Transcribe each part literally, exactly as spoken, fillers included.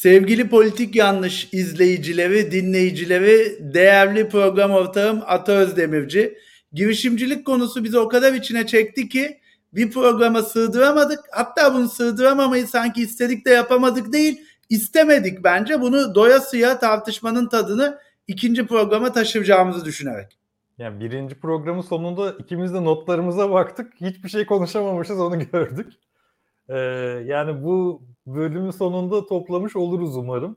Sevgili Politik Yanlış izleyicileri, dinleyicileri, değerli program ortağım Ata Özdemirci. Girişimcilik konusu bizi o kadar içine çekti ki bir programa sığdıramadık. Hatta bunu sığdıramamayı sanki istedik de yapamadık değil, istemedik bence. Bunu doyasıya tartışmanın tadını ikinci programa taşıyacağımızı düşünerek. Yani birinci programın sonunda ikimiz de notlarımıza baktık. Hiçbir şey konuşamamışız, onu gördük. Ee, yani bu bölümün sonunda toplamış oluruz umarım.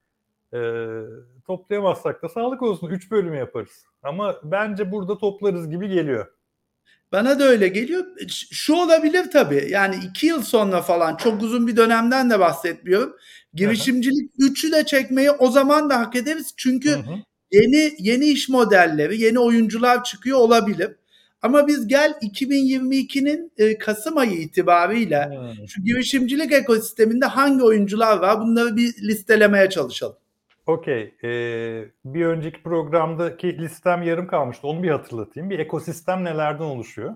Ee, toplayamazsak da sağlık olsun. Üç bölüm yaparız. Ama bence burada toplarız gibi geliyor. Bana da öyle geliyor. Şu olabilir tabii. Yani iki yıl sonra falan, çok uzun bir dönemden de bahsetmiyorum. Girişimcilik üçü de çekmeyi o zaman da hak ederiz. Çünkü Hı hı. yeni yeni iş modelleri, yeni oyuncular çıkıyor olabilir. Ama biz gel iki bin yirmi ikinin e, Kasım ayı itibariyle Hmm. şu girişimcilik ekosisteminde hangi oyuncular var, bunları bir listelemeye çalışalım. Okey. Ee, bir önceki programdaki listem yarım kalmıştı. Onu bir hatırlatayım. Bir ekosistem nelerden oluşuyor?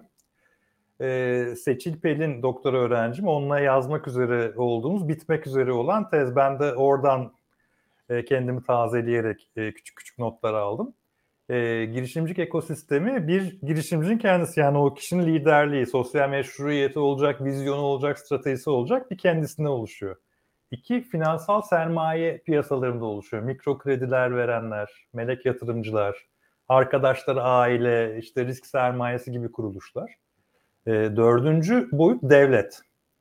Ee, Seçil Pelin doktora öğrencim. Onunla yazmak üzere olduğumuz, bitmek üzere olan tez. Ben de oradan e, kendimi tazeleyerek e, küçük küçük notlar aldım. E, girişimcilik ekosistemi bir girişimcinin kendisi, yani o kişinin liderliği, sosyal meşruiyeti olacak, vizyonu olacak, stratejisi olacak, bir kendisine oluşuyor. İki, finansal sermaye piyasalarında oluşuyor. Mikro krediler verenler, melek yatırımcılar, arkadaşlar, aile, işte risk sermayesi gibi kuruluşlar. E, dördüncü boyut devlet.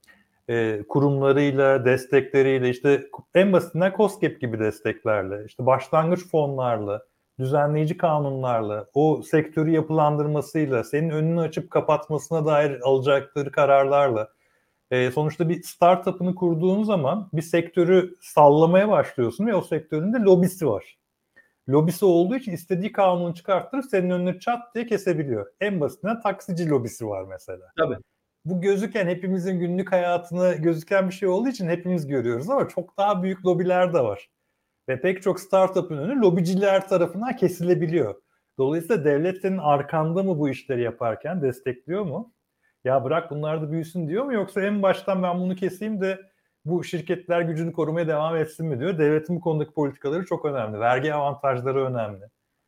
E, kurumlarıyla, destekleriyle, işte en basitinden KOSGEB gibi desteklerle, işte başlangıç fonlarla, düzenleyici kanunlarla, o sektörü yapılandırmasıyla, senin önünü açıp kapatmasına dair alacakları kararlarla, e, sonuçta bir startup'ını kurduğun zaman bir sektörü sallamaya başlıyorsun ve o sektörün de lobisi var. Lobisi olduğu için istediği kanunu çıkarttırıp senin önünü çat diye kesebiliyor. En basitinden taksici lobisi var mesela. Tabii. Bu gözüken, hepimizin günlük hayatına gözüken bir şey olduğu için hepimiz görüyoruz ama çok daha büyük lobiler de var. Ve pek çok startup'ın önü lobiciler tarafından kesilebiliyor. Dolayısıyla devlet senin arkanda mı bu işleri yaparken, destekliyor mu? Ya bırak bunlar da büyüsün diyor mu? Yoksa en baştan ben bunu keseyim de bu şirketler gücünü korumaya devam etsin mi diyor. Devletin bu konudaki politikaları çok önemli. Vergi avantajları önemli.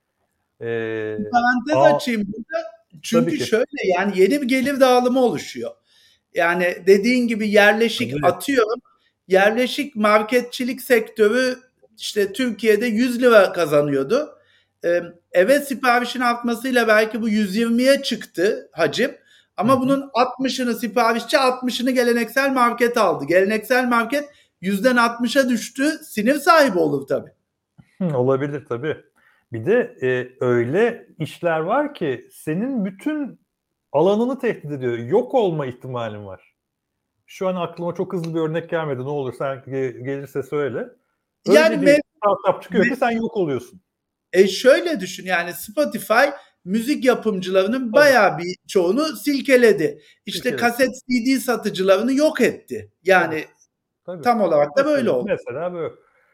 Ee, Bir parantez a, açayım burada. tabii Çünkü ki. şöyle, yani yeni bir gelir dağılımı oluşuyor. Yani dediğin gibi yerleşik, Tabii. atıyorum, yerleşik marketçilik sektörü işte Türkiye'de yüz lira kazanıyordu. Ee, eve siparişin artmasıyla belki bu yüz yirmiye çıktı hacim. Hı Ama hı. bunun altmışını siparişçi, altmışını geleneksel market aldı. Geleneksel market yüzden altmışa düştü. Sinir sahibi olur tabii. Hı, olabilir tabii. Bir de e, öyle işler var ki senin bütün alanını tehdit ediyor. Yok olma ihtimalin var. Şu an aklıma çok hızlı bir örnek gelmedi. Ne olur sen ge- gelirse söyle. Yani Öyle bir mev- startup çıkıyor ki me- sen yok oluyorsun. E şöyle düşün, yani Spotify müzik yapımcılarının Tabii. bayağı bir çoğunu silkeledi. İşte Silkeledi. kaset C D satıcılarını yok etti. Tabii. Yani Tabii. tam olarak da böyle Mesela, oldu. mesela böyle.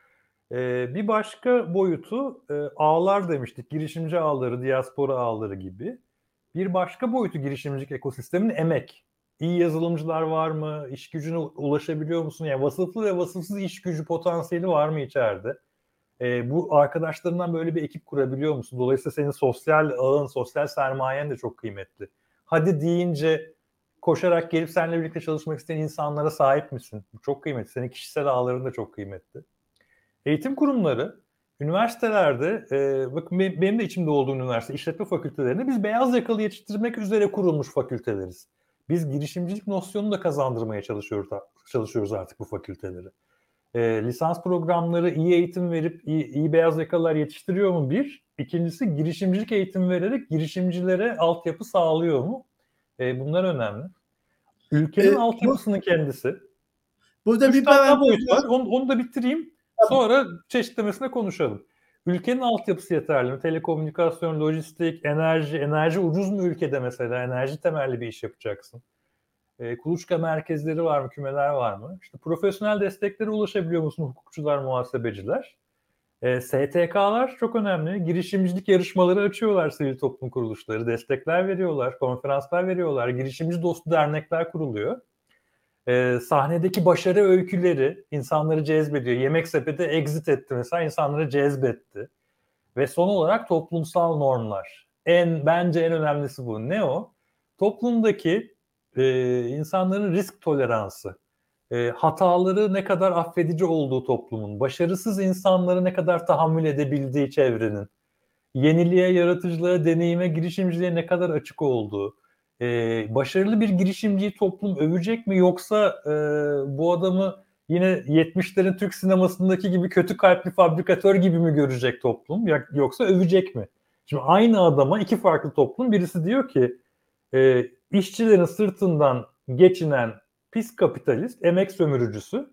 Ee, bir başka boyutu e, ağlar demiştik. Girişimci ağları, diaspora ağları gibi. Bir başka boyutu girişimcilik ekosisteminin emek. İyi yazılımcılar var mı? İş gücüne ulaşabiliyor musun? Yani vasıflı ve vasıfsız iş gücü potansiyeli var mı içeride? Ee, bu arkadaşlarından böyle bir ekip kurabiliyor musun? Dolayısıyla senin sosyal ağın, sosyal sermayen de çok kıymetli. Hadi deyince koşarak gelip seninle birlikte çalışmak isteyen insanlara sahip misin? Bu çok kıymetli. Senin kişisel ağların da çok kıymetli. Eğitim kurumları, üniversitelerde, e, bakın benim de içimde olduğum üniversite, işletme fakültelerinde biz beyaz yakalı yetiştirmek üzere kurulmuş fakülteleriz. Biz girişimcilik nosyonunu da kazandırmaya çalışıyoruz, çalışıyoruz artık bu fakülteleri. E, lisans programları iyi eğitim verip iyi, iyi beyaz yakalılar yetiştiriyor mu? Bir. İkincisi, girişimcilik eğitim vererek girişimcilere altyapı sağlıyor mu? E, bunlar önemli. Ülkenin E, bu, altyapısının kendisi. burada Üç bir tane daha parantez boyut daha. var. Onu, onu da bitireyim. Tamam. Sonra çeşitlemesine konuşalım. Ülkenin altyapısı yeterli mi? Telekomünikasyon, lojistik, enerji. Enerji ucuz mu ülkede mesela? Enerji temelli bir iş yapacaksın. E, kuluçka merkezleri var mı? Kümeler var mı? İşte profesyonel desteklere ulaşabiliyor musun? Hukukçular, muhasebeciler. E, S T K'lar çok önemli. Girişimcilik yarışmaları açıyorlar sivil toplum kuruluşları. Destekler veriyorlar, konferanslar veriyorlar. Girişimci dostu dernekler kuruluyor. E, sahnedeki başarı öyküleri insanları cezbediyor. Yemek Sepeti exit etti mesela, insanları cezbetti. Ve son olarak toplumsal normlar. En bence en önemlisi bu. Ne o? Toplumdaki e, insanların risk toleransı, e, hataları ne kadar affedici olduğu toplumun, başarısız insanları ne kadar tahammül edebildiği çevrenin, yeniliğe, yaratıcılığa, deneyime, girişimciliğe ne kadar açık olduğu, e, başarılı bir girişimciyi toplum övecek mi, yoksa e, bu adamı yine yetmişlerin Türk sinemasındaki gibi kötü kalpli fabrikatör gibi mi görecek toplum, yoksa övecek mi? Şimdi aynı adama iki farklı toplum, birisi diyor ki e, işçilerin sırtından geçinen pis kapitalist, emek sömürücüsü.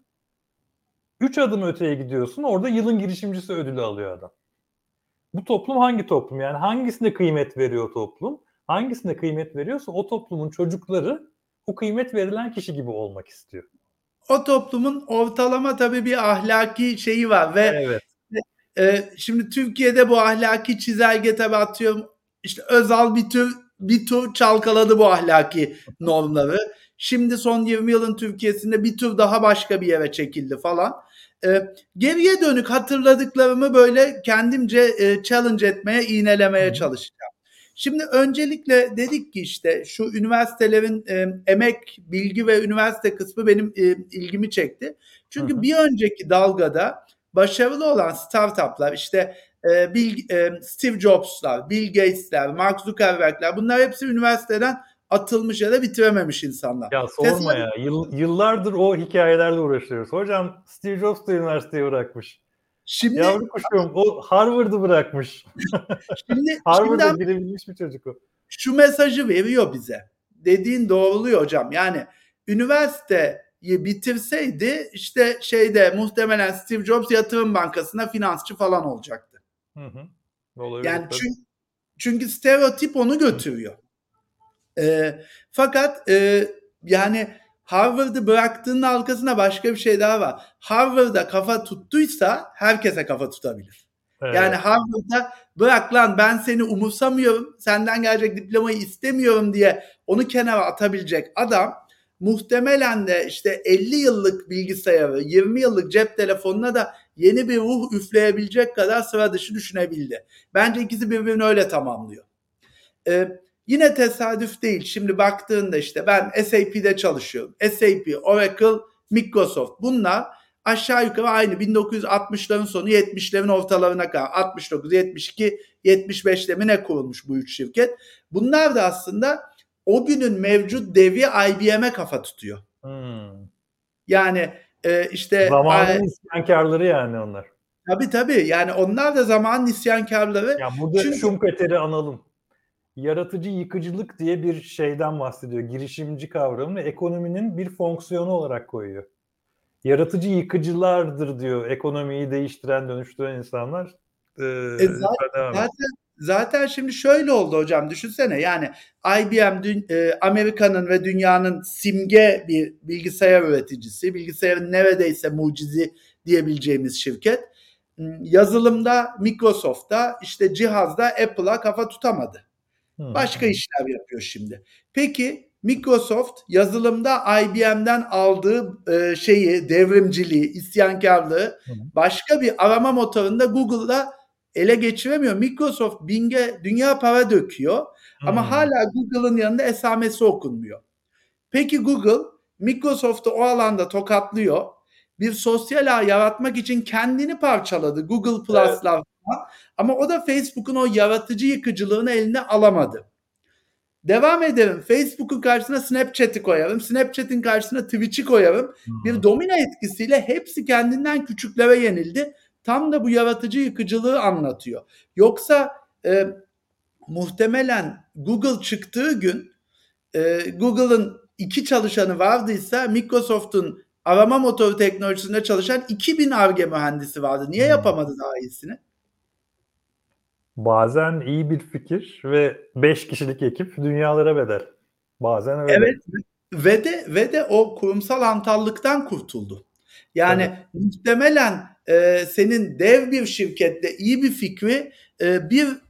Üç adım öteye gidiyorsun, orada yılın girişimcisi ödülü alıyor adam. Bu toplum hangi toplum? Yani hangisine kıymet veriyor toplum? Hangisine kıymet veriyorsa o toplumun çocukları o kıymet verilen kişi gibi olmak istiyor. O toplumun ortalama tabii bir ahlaki şeyi var ve Evet. e, şimdi Türkiye'de bu ahlaki çizelge tabii atıyorum işte Özal bir tür bir tur çalkaladı bu ahlaki normları. Şimdi son yirmi yılın Türkiye'sinde bir tur daha başka bir yere çekildi falan. E, geriye dönük hatırladıklarımı böyle kendimce e, challenge etmeye, iğnelemeye çalışacağım. Şimdi öncelikle dedik ki işte şu üniversitelerin e, emek, bilgi ve üniversite kısmı benim e, ilgimi çekti. Çünkü Hı hı. bir önceki dalgada başarılı olan startuplar işte e, Bill, e, Steve Jobs'lar, Bill Gates'ler, Mark Zuckerberg'ler, bunlar hepsi üniversiteden atılmış ya da bitirememiş insanlar. Ya sorma Tesadüf. ya. Yıl, yıllardır o hikayelerle uğraşıyoruz. Hocam Steve Jobs da üniversiteyi bırakmış. Şimdi Yavru kuşum o Harvard'ı bırakmış. şimdi Harvard'a şimdi girebilmiş bir çocuk o. şu mesajı veriyor bize. Dediğin doğruluyor hocam. Yani üniversiteyi bitirseydi işte şeyde muhtemelen Steve Jobs yatırım bankasına finansçı falan olacaktı. Hı hı. Olabilir Yani tabii. çünkü, çünkü stereotip onu götürüyor. E, fakat e, yani Harvard'ı bıraktığının arkasında başka bir şey daha var. Harvard'a kafa tuttuysa herkese kafa tutabilir. Yani Evet. Harvard'da bırak lan ben seni umursamıyorum, senden gelecek diplomayı istemiyorum diye onu kenara atabilecek adam muhtemelen de işte elli yıllık bilgisayarı, yirmi yıllık cep telefonuna da yeni bir ruh üfleyebilecek kadar sıra dışı düşünebildi. Bence ikisi birbirini öyle tamamlıyor. Ee, yine tesadüf değil. Şimdi baktığında işte ben S A P'de çalışıyorum. S A P, Oracle, Microsoft. Bunlar aşağı yukarı aynı bin dokuz yüz altmışların sonu yetmişlerin ortalarına kadar altmış dokuz, yetmiş iki, yetmiş beşte mi ne kurulmuş bu üç şirket. Bunlar da aslında o günün mevcut devi I B M'e kafa tutuyor. Hmm. Yani e, işte Zamanın isyankarları yani onlar. tabii tabii yani onlar da zamanın isyankarları. Ya burada Çünkü Schumpeter'i analım. Yaratıcı yıkıcılık diye bir şeyden bahsediyor. Girişimci kavramını ekonominin bir fonksiyonu olarak koyuyor. Yaratıcı yıkıcılardır diyor ekonomiyi değiştiren, dönüştüren insanlar. Ee, E zaten, devam et. zaten zaten şimdi şöyle oldu hocam, düşünsene yani I B M dün, e, Amerika'nın ve dünyanın simge bir bilgisayar üreticisi, bilgisayarın neredeyse mucizi diyebileceğimiz şirket. Yazılımda Microsoft'ta, işte cihazda Apple'a kafa tutamadı. Hı. Başka işler yapıyor şimdi. Peki Microsoft yazılımda I B M'den aldığı e, şeyi, devrimciliği, isyankarlığı Hı. başka bir arama motorunda Google'da ele geçiremiyor. Microsoft Bing'e dünya para döküyor ama Hı. hala Google'ın yanında esamesi okunmuyor. Peki Google Microsoft'u o alanda tokatlıyor. Bir sosyal ağ yaratmak için kendini parçaladı. Google Evet. Plus'lar falan. Ama o da Facebook'un o yaratıcı yıkıcılığını eline alamadı. Devam edelim. Facebook'un karşısına Snapchat'i koyalım. Snapchat'in karşısına Twitch'i koyalım. Hı. Bir domino etkisiyle hepsi kendinden küçüklere yenildi. Tam da bu yaratıcı yıkıcılığı anlatıyor. Yoksa e, muhtemelen Google çıktığı gün e, Google'ın iki çalışanı vardıysa Microsoft'un arama motoru teknolojisinde çalışan iki bin Ar-Ge mühendisi vardı. Niye Hı. yapamadı daha iyisini? Bazen iyi bir fikir ve beş kişilik ekip dünyalara bedel. Bazen öyle. Evet ve de ve de o kurumsal hantallıktan kurtuldu. Yani Tabii. muhtemelen e, senin dev bir şirkette iyi bir fikri e, bir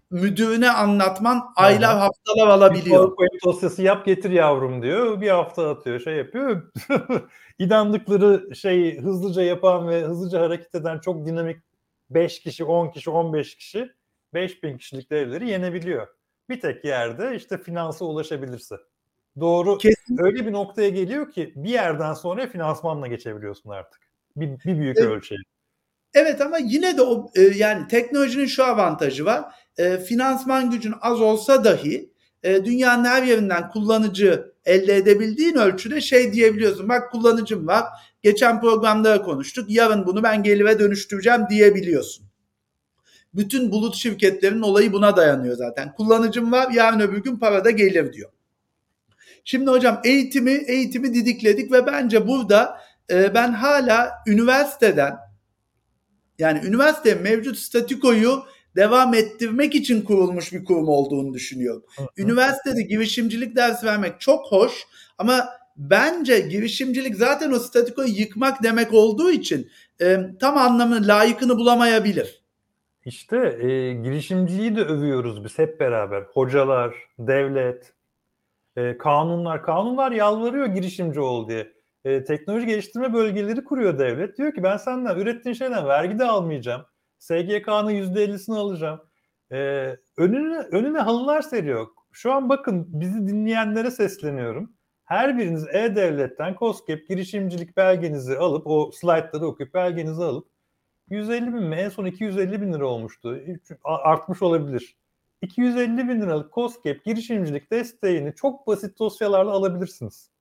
müdürüne anlatman Hı aylar, hı. haftalar Bir alabiliyor. PowerPoint dosyası yap getir yavrum diyor. Bir hafta atıyor, şey yapıyor. İnandıkları şeyi hızlıca yapan ve hızlıca hareket eden çok dinamik beş kişi, on kişi, on beş kişi beş bin kişilik devleri yenebiliyor. Bir tek yerde işte finansa ulaşabilirse. Doğru. Kesin. Öyle bir noktaya geliyor ki bir yerden sonra finansmanla geçebiliyorsun artık. Bir, bir büyük Evet. ölçeği. Evet ama yine de o e, yani teknolojinin şu avantajı var. E, finansman gücün az olsa dahi e, dünyanın her yerinden kullanıcı elde edebildiğin ölçüde şey diyebiliyorsun. Bak kullanıcım var. Geçen programda da konuştuk. Yarın bunu ben gelire dönüştüreceğim diyebiliyorsun. Bütün bulut şirketlerinin olayı buna dayanıyor zaten. Kullanıcım var, yarın öbür gün para da gelir diyor. Şimdi hocam eğitimi eğitimi didikledik ve bence burada e, ben hala üniversiteden, yani üniversite mevcut statükoyu devam ettirmek için kurulmuş bir kurum olduğunu düşünüyorum. Hı hı. Üniversitede girişimcilik dersi vermek çok hoş ama bence girişimcilik zaten o statükoyu yıkmak demek olduğu için e, tam anlamını, layıkını bulamayabilir. İşte e, girişimciliği de övüyoruz biz hep beraber. Hocalar, devlet, e, kanunlar. Kanunlar yalvarıyor girişimci ol diye. E, teknoloji geliştirme bölgeleri kuruyor devlet. Diyor ki ben senden ürettiğin şeyden vergi de almayacağım. S G K'nın yüzde ellisini alacağım. E, önüne, önüne halılar seriyor. Şu an bakın bizi dinleyenlere sesleniyorum. Her biriniz E-Devlet'ten KOSGEB girişimcilik belgenizi alıp o slaytları okuyup belgenizi alıp yüz elli bin mi? En son iki yüz elli bin lira olmuştu. Artmış olabilir. iki yüz elli bin liralık KOSGEB girişimcilik desteğini çok basit dosyalarla alabilirsiniz.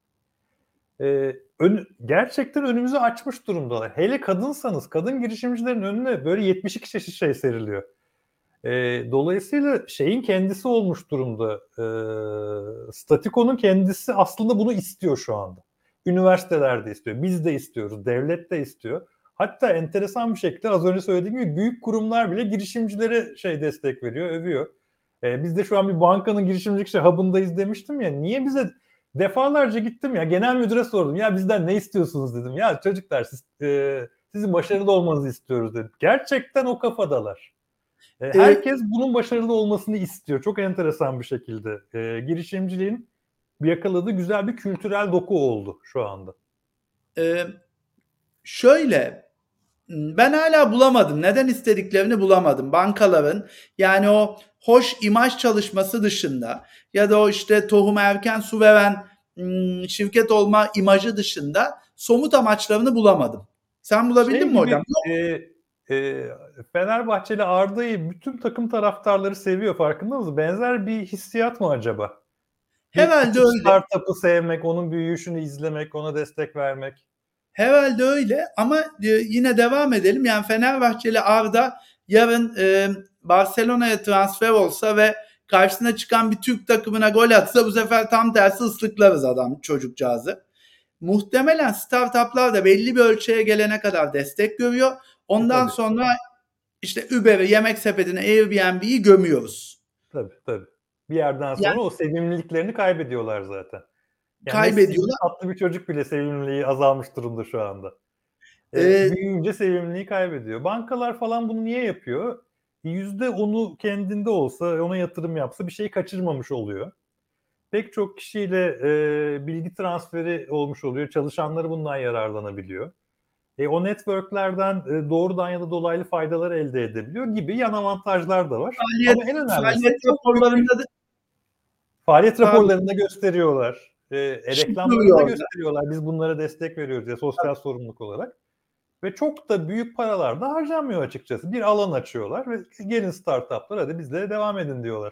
Ee, ön, gerçekten önümüzü açmış durumdalar. Hele kadınsanız, kadın girişimcilerin önüne böyle yetmiş iki çeşit şey seriliyor. Ee, dolayısıyla şeyin kendisi olmuş durumda. Ee, Statiko'nun kendisi aslında bunu istiyor şu anda. Üniversiteler de istiyor, biz de istiyoruz, devlet de istiyor. Hatta enteresan bir şekilde az önce söylediğim gibi büyük kurumlar bile girişimcilere şey destek veriyor, övüyor. Ee, biz de şu an bir bankanın girişimcilik şey hub'ındayız demiştim ya. Niye bize defalarca gittim ya genel müdüre sordum. Ya bizden ne istiyorsunuz dedim. Ya çocuklar siz, e, sizin başarılı olmanızı istiyoruz dedim. Gerçekten o kafadalar. E, E, herkes bunun başarılı olmasını istiyor. Çok enteresan bir şekilde. E, girişimciliğin yakaladığı güzel bir kültürel doku oldu şu anda. e, Şöyle, ben hala bulamadım. Neden istediklerini bulamadım. Bankaların yani o hoş imaj çalışması dışında ya da o işte tohum erken su veren ım, şirket olma imajı dışında somut amaçlarını bulamadım. Sen Şey bulabildin mi hocam? gibi e, e, Fenerbahçeli Arda'yı bütün takım taraftarları seviyor farkında mısın? Benzer bir hissiyat mı acaba? Bir Herhalde küçük öyle. startup'ı sevmek, onun büyüyüşünü izlemek, ona destek vermek. Herhalde öyle ama e, yine devam edelim. Yani Fenerbahçeli Arda yarın e, Barcelona'ya transfer olsa ve karşısına çıkan bir Türk takımına gol atsa bu sefer tam tersi ıslıklarız adam çocukcağızı. Muhtemelen startuplar da belli bir ölçüye gelene kadar destek görüyor. E, Ondan tabii, sonra işte Uber'i, yemek sepetini, Airbnb'yi gömüyoruz. tabii, tabii. Bir yerden sonra Yani o sevimliliklerini kaybediyorlar zaten. Yani Messi gibi kaybediyorlar. tatlı bir çocuk bile sevimliliği azalmış durumda şu anda. E, Ee, büyüyünce sevimliliği kaybediyor. Bankalar falan bunu niye yapıyor? Yüzde onu kendinde olsa, ona yatırım yapsa bir şey kaçırmamış oluyor. Pek çok kişiyle e, bilgi transferi olmuş oluyor. Çalışanları bundan yararlanabiliyor. E, o networklerden e, doğrudan ya da dolaylı faydalar elde edebiliyor gibi yan avantajlar da var. faaliyet, Ama en önemlisi faaliyet çok büyük bir raporlarında da faaliyet pardon, raporlarında gösteriyorlar. E, e, şık reklamlarında duruyor. gösteriyorlar. Biz bunlara destek veriyoruz ya sosyal sorumluluk olarak. Ve çok da büyük paralar da harcanmıyor açıkçası. Bir alan açıyorlar ve gelin startuplar hadi bizle devam edin diyorlar.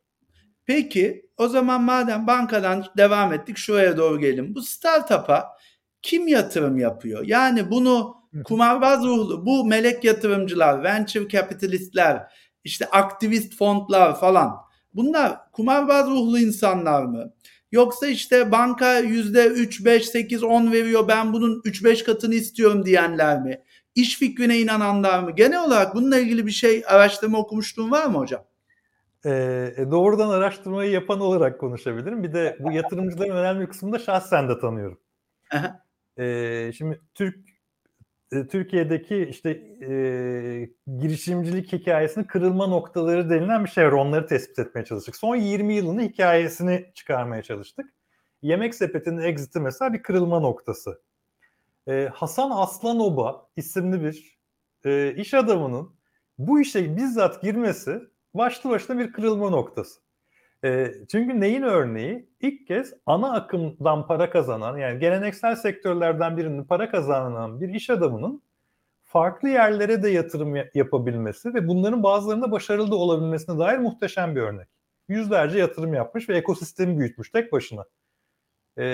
Peki o zaman madem bankadan devam ettik şuraya doğru gelelim. Bu startup'a kim yatırım yapıyor? Yani bunu kumarbaz ruhlu bu melek yatırımcılar, venture capitalistler, işte aktivist fondlar falan. Bunlar kumarbaz ruhlu insanlar mı? Yoksa işte banka yüzde üç, beş, sekiz, on veriyor ben bunun üç beş katını istiyorum diyenler mi? İş fikrine inananlar mı? Genel olarak bununla ilgili bir şey araştırma okumuşluğun var mı hocam? Ee, doğrudan araştırmayı yapan olarak konuşabilirim. Bir de bu yatırımcıların önemli bir kısmını da şahsen de tanıyorum. Ee, şimdi Türk e, Türkiye'deki işte e, girişimcilik hikayesinin kırılma noktaları denilen bir şey var. Onları tespit etmeye çalıştık. Son yirmi yılının hikayesini çıkarmaya çalıştık. Yemek Sepeti'nin exit'i mesela bir kırılma noktası. E, Hasan Aslanoba isimli bir e, iş adamının bu işe bizzat girmesi başlı başına bir kırılma noktası. E, çünkü neyin örneği? İlk kez ana akımdan para kazanan, yani geleneksel sektörlerden birinin para kazanan bir iş adamının farklı yerlere de yatırım yapabilmesi ve bunların bazılarında başarılı da olabilmesine dair muhteşem bir örnek. Yüzlerce yatırım yapmış ve ekosistemi büyütmüş tek başına. E,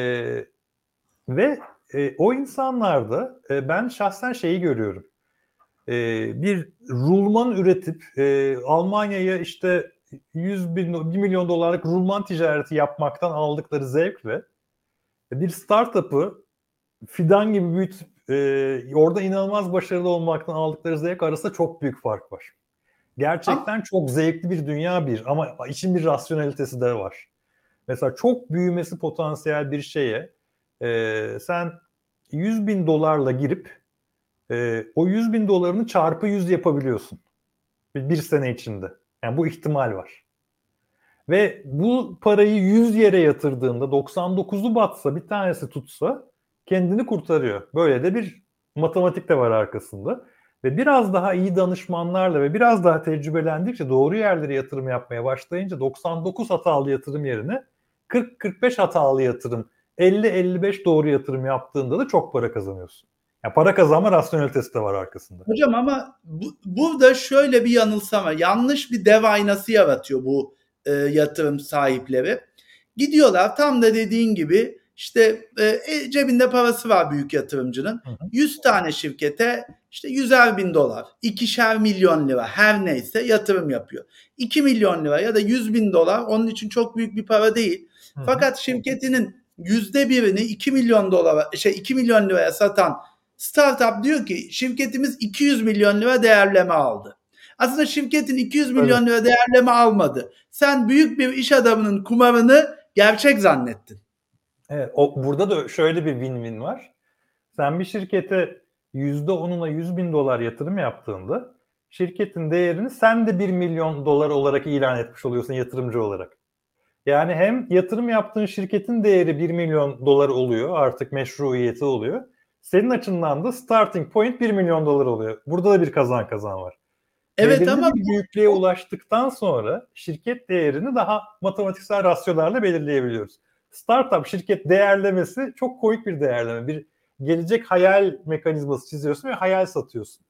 ve e, o insanlarda e, ben şahsen şeyi görüyorum. E, bir rulman üretip e, Almanya'ya işte yüz bin, bir milyon dolarlık rulman ticareti yapmaktan aldıkları zevkle bir startup'ı fidan gibi büyütüp e, orada inanılmaz başarılı olmaktan aldıkları zevk arasında çok büyük fark var. Gerçekten Ama, çok zevkli bir dünya bir ama için bir rasyonelitesi de var. Mesela çok büyümesi potansiyel bir şeye e, sen yüz bin dolarla girip e, o yüz bin dolarını çarpı yüz yapabiliyorsun. Bir, bir sene içinde. Yani bu ihtimal var. Ve bu parayı yüz yere yatırdığında doksan dokuzu batsa bir tanesi tutsa kendini kurtarıyor. Böyle de bir matematik de var arkasında. Ve biraz daha iyi danışmanlarla ve biraz daha tecrübelendikçe doğru yerlere yatırım yapmaya başlayınca doksan dokuz hatalı yatırım yerine kırk kırk beş hatalı yatırım, elli elli beş doğru yatırım yaptığında da çok para kazanıyorsun. Yani para kazanma rasyonelitesi de var arkasında. hocam ama bu, burada şöyle bir yanılsama, yanlış bir dev aynası yaratıyor bu e, yatırım sahipleri. Gidiyorlar tam da dediğin gibi işte e, cebinde parası var büyük yatırımcının. Hı hı. yüz tane şirkete işte yüzer bin dolar, ikişer milyon lira her neyse yatırım yapıyor. iki milyon lira ya da yüz bin dolar onun için çok büyük bir para değil. Hı hı. Fakat şirketinin yüzde birini iki milyon dolara, şey iki milyon liraya satan startup diyor ki şirketimiz iki yüz milyon lira değerleme aldı. Aslında şirketin iki yüz milyon lira değerleme almadı. Sen büyük bir iş adamının kumarını gerçek zannettin. Evet, o, burada da şöyle bir win-win var. Sen bir şirkete yüzde onuna yüz bin dolar yatırım yaptığında şirketin değerini sen de bir milyon dolar olarak ilan etmiş oluyorsun yatırımcı olarak. Yani hem yatırım yaptığın şirketin değeri bir milyon dolar oluyor, artık meşruiyeti oluyor. Senin açından da starting point bir milyon dolar oluyor. Burada da bir kazan kazan var. Evet Belirli ama bir büyüklüğe ulaştıktan sonra şirket değerini daha matematiksel rasyolarla belirleyebiliyoruz. Startup şirket değerlemesi çok komik bir değerleme. Bir gelecek hayal mekanizması çiziyorsun ve hayal satıyorsun.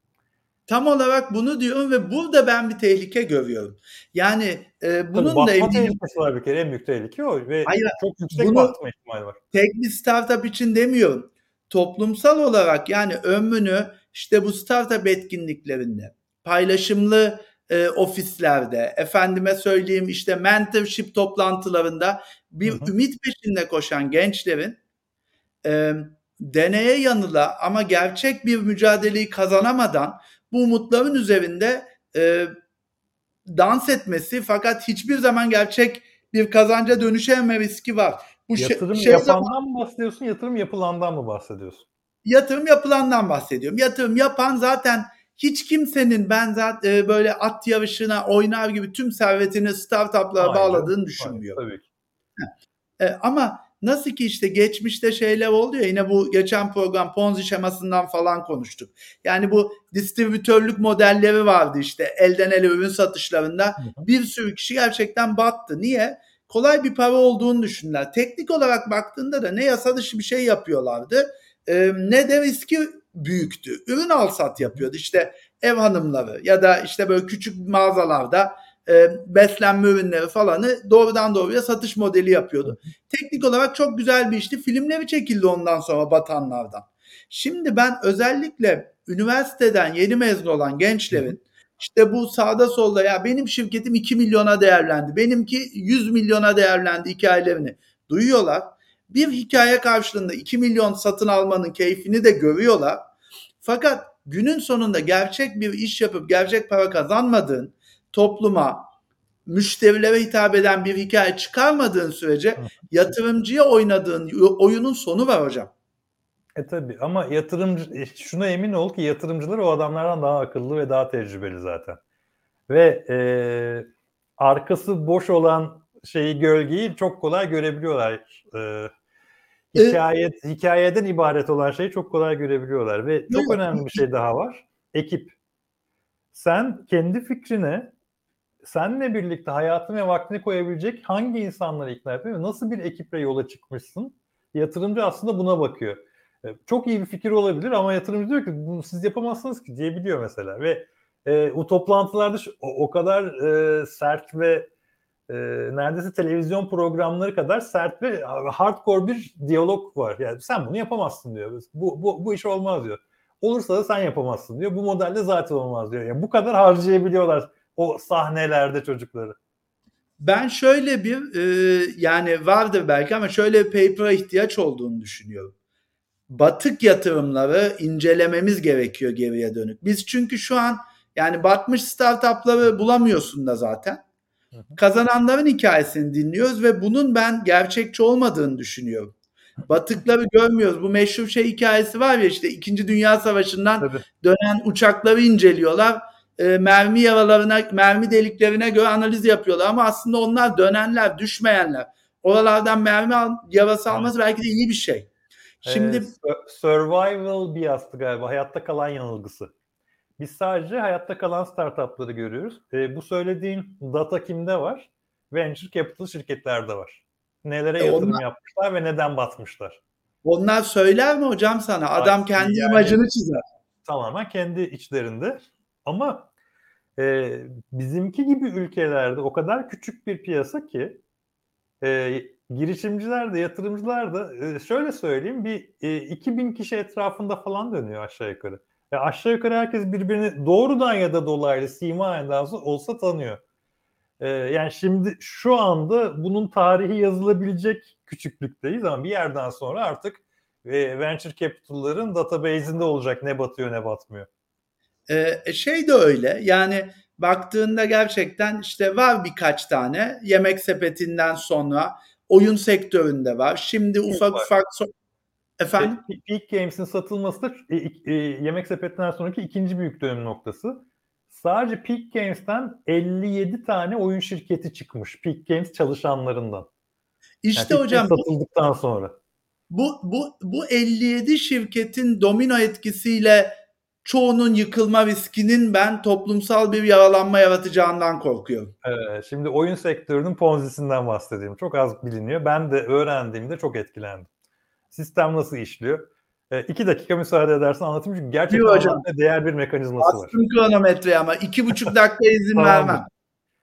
tam olarak bunu diyorum ve burada ben bir tehlike görüyorum. Yani e, Tabii bunun da batma eminim. tehlikesi var bir kere. En büyük tehlike o ve Hayır, çok yüksek bunu batma ihtimali var. tek bir startup için demiyorum. Toplumsal olarak yani ömrünü işte bu startup etkinliklerinde, paylaşımlı e, ofislerde, efendime söyleyeyim işte mentorship toplantılarında Hı bir hı. ümit peşinde koşan gençlerin e, deneye yanıla ama gerçek bir mücadeleyi kazanamadan bu umutların üzerinde e, dans etmesi fakat hiçbir zaman gerçek bir kazanca dönüşememe riski var. Bu şey, Yatırım şey zaman yapandan mı bahsediyorsun, yatırım yapılandan mı bahsediyorsun? yatırım yapılandan bahsediyorum. Yatırım yapan zaten hiç kimsenin ben zaten böyle at yarışına oynar gibi tüm servetini startuplara Hayır canım. bağladığını Hayır, düşünmüyorum. tabii ki. E, ama nasıl ki işte geçmişte şeyler oldu ya, yine bu geçen program Ponzi şemasından falan konuştuk. Yani bu distribütörlük modelleri vardı işte elden ele ürün satışlarında Hı hı. bir sürü kişi gerçekten battı. Niye? Kolay bir para olduğunu düşündüler. Teknik olarak baktığında da ne yasa dışı bir şey yapıyorlardı e, ne de riski büyüktü. Ürün al sat yapıyordu işte ev hanımları ya da işte böyle küçük mağazalarda e, beslenme ürünleri falanı doğrudan doğruya satış modeli yapıyordu. Teknik olarak çok güzel bir işti. Filmleri çekildi ondan sonra batanlardan. Şimdi ben özellikle üniversiteden yeni mezun olan gençlerin işte bu sağda solda ya benim şirketim iki milyona değerlendi, benimki yüz milyona değerlendi hikayelerini duyuyorlar. Bir hikaye karşılığında iki milyon satın almanın keyfini de görüyorlar. Fakat günün sonunda gerçek bir iş yapıp gerçek para kazanmadığın, topluma, müşterilere hitap eden bir hikaye çıkarmadığın sürece yatırımcıya oynadığın oyunun sonu var hocam. E tabii ama yatırımcı e, şuna emin ol ki yatırımcılar o adamlardan daha akıllı ve daha tecrübeli zaten. Ve e, arkası boş olan şeyi, gölgeyi çok kolay görebiliyorlar. E, E, hikaye hikayeden ibaret olan şeyi çok kolay görebiliyorlar ve çok evet. önemli bir şey daha var. Ekip. Sen kendi fikrine, seninle birlikte hayatını ve vaktini koyabilecek hangi insanları ikna etmiyor? Nasıl bir ekiple yola çıkmışsın? Yatırımcı aslında buna bakıyor. E, Çok iyi bir fikir olabilir ama yatırımcı diyor ki bunu siz yapamazsınız ki diyebiliyor mesela. Ve e, o toplantılarda şu- o, o kadar e, sert ve e, neredeyse televizyon programları kadar sert ve hardcore bir diyalog var. Yani sen bunu yapamazsın diyor. Bu, bu, bu iş olmaz diyor. Olursa da sen yapamazsın diyor. Bu modelde zaten olmaz diyor. Yani bu kadar harcayabiliyorlar o sahnelerde çocukları. Ben şöyle bir e, yani vardır belki ama şöyle bir paper'a ihtiyaç olduğunu düşünüyorum. Batık yatırımları incelememiz gerekiyor geriye dönük. Biz çünkü şu an yani batmış startupları bulamıyorsun da zaten. Hı hı. Kazananların hikayesini dinliyoruz ve bunun ben gerçekçi olmadığını düşünüyorum. Batıkları görmüyoruz. Bu meşhur şey hikayesi var ya işte İkinci Dünya Savaşı'ndan Tabii. dönen uçakları inceliyorlar. E, mermi yaralarına, mermi deliklerine göre analiz yapıyorlar ama aslında onlar dönenler, düşmeyenler. Oralardan mermi al, yarası Evet. alması belki de iyi bir şey. Ee, Şimdi survival bias'tı galiba. Hayatta kalan yanılgısı. Biz sadece hayatta kalan startupları görüyoruz. E, bu söylediğin data kimde var? Venture capital şirketlerde var. Nelere e, yatırım onlar, yapmışlar ve neden batmışlar? onlar söyler mi hocam sana? Ay, Adam kendi yani imajını çizer. tamamen kendi içlerinde. Ama e, bizimki gibi ülkelerde o kadar küçük bir piyasa ki e, girişimciler de yatırımcılar da e, şöyle söyleyeyim bir e, iki bin kişi etrafında falan dönüyor aşağı yukarı. Ya aşağı yukarı herkes birbirini doğrudan ya da dolaylı simayen olsa, olsa tanıyor. E, yani şimdi şu anda bunun tarihi yazılabilecek küçüklükteyiz ama bir yerden sonra artık e, venture capital'ların database'inde olacak ne batıyor ne batmıyor. Ee, şey de öyle yani baktığında gerçekten işte var birkaç tane yemek sepetinden sonra oyun sektöründe var. Şimdi Çok ufak var. ufak so- efendim İşte Peak Games'in satılması da e, e, Yemek Sepeti'nden sonraki ikinci büyük dönüm noktası. Sadece Peak Games'ten elli yedi tane oyun şirketi çıkmış. Peak Games çalışanlarından. Yani işte Peak Games hocam bu, satıldıktan sonra. bu, bu, bu elli yedi şirketin domino etkisiyle çoğunun yıkılma riskinin ben toplumsal bir yaralanma yaratacağından korkuyorum. Ee, şimdi oyun sektörünün Ponzi'sinden bahsedeyim. Çok az biliniyor. Ben de öğrendiğimde çok etkilendim. Sistem nasıl işliyor? Ee, iki dakika müsaade edersen anlatayım çünkü Diyor gerçekten hocam. anlatmaya değer bir mekanizması var. Bastım kronometreye ama iki buçuk dakika izin Tamamdır. vermem.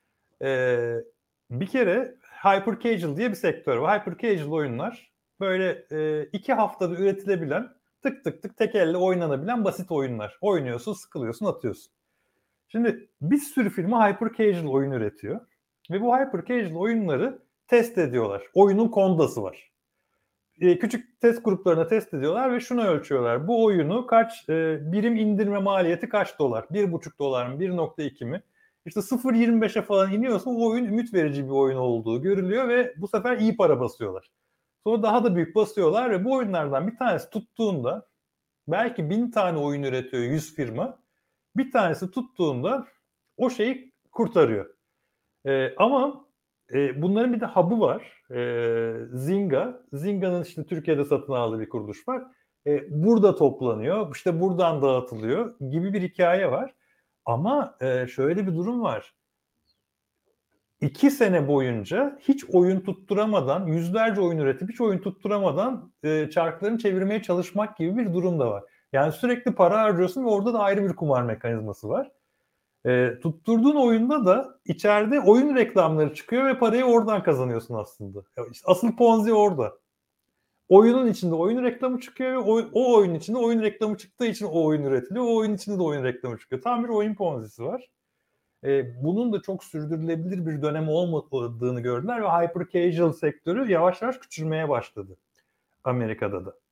Ee, bir kere hyper casual diye bir sektör var. Hyper casual oyunlar böyle e, iki haftada üretilebilen, tık tık tık tek elle oynanabilen basit oyunlar. Oynuyorsun, sıkılıyorsun, atıyorsun. Şimdi bir sürü firma hyper casual oyun üretiyor. Ve bu hyper casual oyunları test ediyorlar. Oyunun kondası var. E, küçük test gruplarına test ediyorlar ve şunu ölçüyorlar. Bu oyunu kaç e, birim indirme maliyeti kaç dolar? bir buçuk dolar mı? bir nokta iki mi? İşte sıfır virgül yirmi beşe falan iniyorsa o oyun ümit verici bir oyun olduğu görülüyor ve bu sefer iyi para basıyorlar. Sonra daha da büyük basıyorlar ve bu oyunlardan bir tanesi tuttuğunda belki bin tane oyun üretiyor yüz firma. Bir tanesi tuttuğunda o şeyi kurtarıyor. E, ama e, bunların bir de hub'ı var. E, Zynga. Zynga'nın işte Türkiye'de satın aldığı bir kuruluş var. E, burada toplanıyor. İşte buradan dağıtılıyor gibi bir hikaye var. Ama e, şöyle bir durum var. İki sene boyunca hiç oyun tutturamadan, yüzlerce oyun üretip hiç oyun tutturamadan e, çarklarını çevirmeye çalışmak gibi bir durum da var. Yani sürekli para harcıyorsun ve orada da ayrı bir kumar mekanizması var. E, tutturduğun oyunda da içeride oyun reklamları çıkıyor ve parayı oradan kazanıyorsun aslında. Ya işte asıl Ponzi orada. Oyunun içinde oyun reklamı çıkıyor ve o, o oyun içinde oyun reklamı çıktığı için o oyun üretiliyor. O oyun içinde de oyun reklamı çıkıyor. Tam bir oyun Ponzi'si var. E, bunun da çok sürdürülebilir bir dönem olmadığını gördüler ve hyper casual sektörü yavaş yavaş küçülmeye başladı Amerika'da da.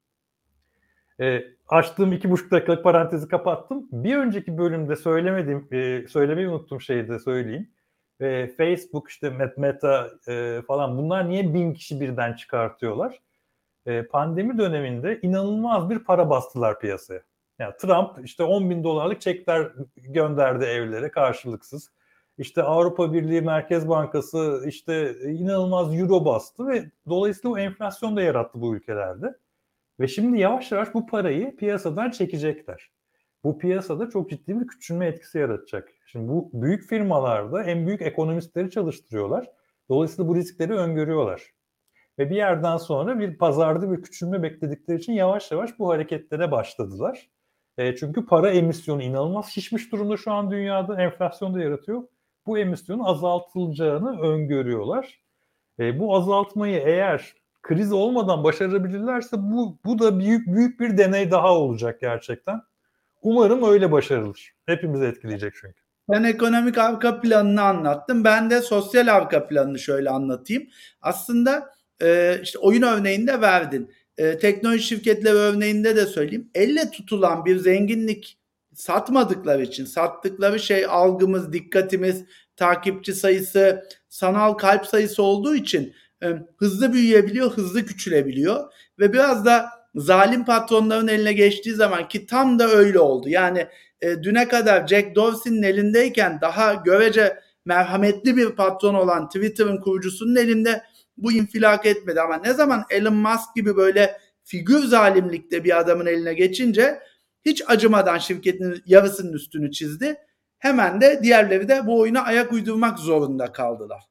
E, açtığım iki buçuk dakikalık parantezi kapattım. Bir önceki bölümde söylemediğim, e, söylemeyi unuttuğum şeyi de söyleyeyim. E, Facebook, işte Meta e, falan bunlar niye bin kişi birden çıkartıyorlar? e, pandemi döneminde inanılmaz bir para bastılar piyasaya. Yani Trump işte on bin dolarlık çekler gönderdi evlere karşılıksız. İşte Avrupa Birliği Merkez Bankası işte inanılmaz euro bastı ve dolayısıyla o enflasyon da yarattı bu ülkelerde. Ve şimdi yavaş yavaş bu parayı piyasadan çekecekler. Bu piyasada çok ciddi bir küçülme etkisi yaratacak. Şimdi bu büyük firmalarda en büyük ekonomistleri çalıştırıyorlar. Dolayısıyla bu riskleri öngörüyorlar. Ve bir yerden sonra bir pazarda bir küçülme bekledikleri için yavaş yavaş bu hareketlere başladılar. E, çünkü para emisyonu inanılmaz şişmiş durumda şu an dünyada. Enflasyon da yaratıyor. Bu emisyonun azaltılacağını öngörüyorlar. E, bu azaltmayı eğer kriz olmadan başarabilirlerse bu, bu da büyük büyük bir deney daha olacak gerçekten. Umarım öyle başarılır. Hepimizi etkileyecek çünkü. Ben ekonomik arka planını anlattım. Ben de sosyal arka planını şöyle anlatayım. Aslında e, işte oyun örneğinde verdin. E, teknoloji şirketleri örneğinde de söyleyeyim. Elle tutulan bir zenginlik satmadıkları için, sattıkları şey algımız, dikkatimiz, takipçi sayısı, sanal kalp sayısı olduğu için e, hızlı büyüyebiliyor, hızlı küçülebiliyor ve biraz da zalim patronların eline geçtiği zaman, ki tam da öyle oldu. Yani e, düne kadar Jack Dorsey'nin elindeyken daha görece merhametli bir patron olan Twitter'ın kurucusunun elinde bu infilak etmedi. Ama ne zaman Elon Musk gibi böyle figür zalimlikte bir adamın eline geçince hiç acımadan şirketin yarısının üstünü çizdi. Hemen de diğerleri de bu oyuna ayak uydurmak zorunda kaldılar.